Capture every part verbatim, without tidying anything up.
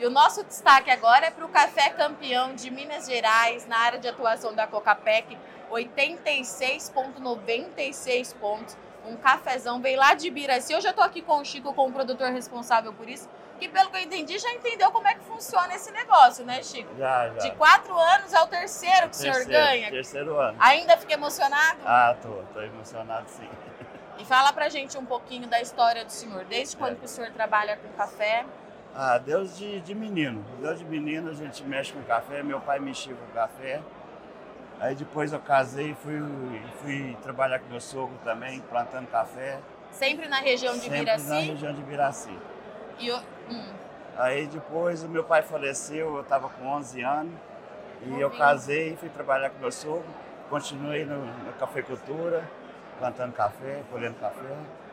o nosso destaque agora é para o café campeão de Minas Gerais, na área de atuação da Cocapec, oitenta e seis vírgula noventa e seis pontos. Um cafezão, veio lá de Ibiraci. Hoje eu estou aqui com o Chico, com o produtor responsável por isso, que pelo que eu entendi já entendeu como é que funciona esse negócio, né, Chico? Já, já. De quatro anos é o terceiro que terceiro, o senhor ganha. Terceiro ano. Ainda fica emocionado? Ah, tô, tô emocionado sim. E fala pra gente um pouquinho da história do senhor. Desde quando É. que o senhor trabalha com café? Ah, Deus de, de menino. Deus de menino a gente mexe com café. Meu pai mexia com café. Aí depois eu casei e fui, fui trabalhar com meu sogro também, plantando café. Sempre na região de Sempre Ibiraci? na região de Ibiraci. E eu... hum. Aí depois o meu pai faleceu, eu estava com onze anos. E Novinho. eu casei e fui trabalhar com meu sogro. Continuei no, na cafeicultura, plantando café, colhendo café.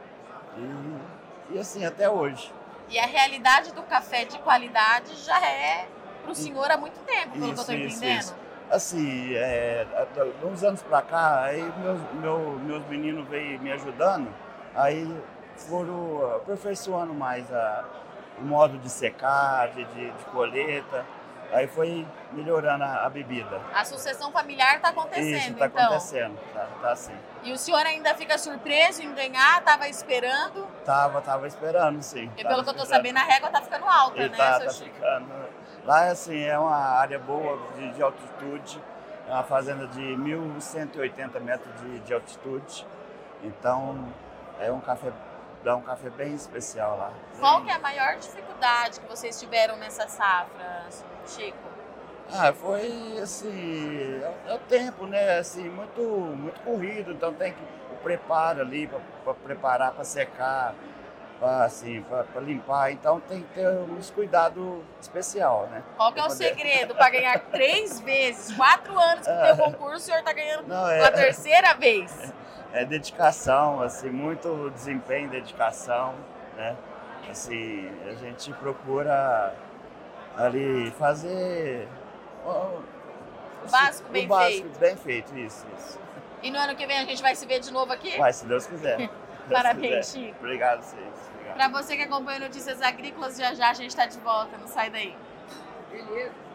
E, e assim, até hoje. E a realidade do café de qualidade já é pro senhor há muito tempo, pelo Isso, que eu tô isso, entendendo. isso. Assim, é, de uns anos pra cá, aí meus, meu, meus meninos veio me ajudando, aí foram aperfeiçoando mais a, o modo de secagem, de, de colheita, aí foi melhorando a, a bebida. A sucessão familiar tá acontecendo, Isso, tá então. acontecendo, tá, tá assim. E o senhor ainda fica surpreso em ganhar? Tava esperando? Tava, tava esperando, sim. Porque tava pelo que eu tô esperando. sabendo, a régua tá ficando alta, E né, tá, seu tá Chico? ficando. Lá, assim, é uma área boa de, de altitude, é uma fazenda de mil cento e oitenta metros de, de altitude. Então, é um café, dá um café bem especial lá. Qual que é a maior dificuldade que vocês tiveram nessa safra, Chico? Ah, foi, assim, é, é o tempo, né, assim, muito, muito corrido, então tem que o preparo ali para preparar, para secar, para assim, para limpar, então tem que ter uns cuidados especial, né? Qual que é o poder... segredo para ganhar três vezes, quatro anos que tem o concurso, o senhor está ganhando Não, é, pela terceira vez? É dedicação, assim, muito desempenho, dedicação, né? Assim, a gente procura ali fazer o básico bem o básico feito. bem feito, isso, isso. E no ano que vem a gente vai se ver de novo aqui? Vai, se Deus quiser. Deus Parabéns, quiser. Chico. Obrigado, vocês. Para você que acompanha Notícias Agrícolas, já já a gente está de volta, não sai daí. Beleza.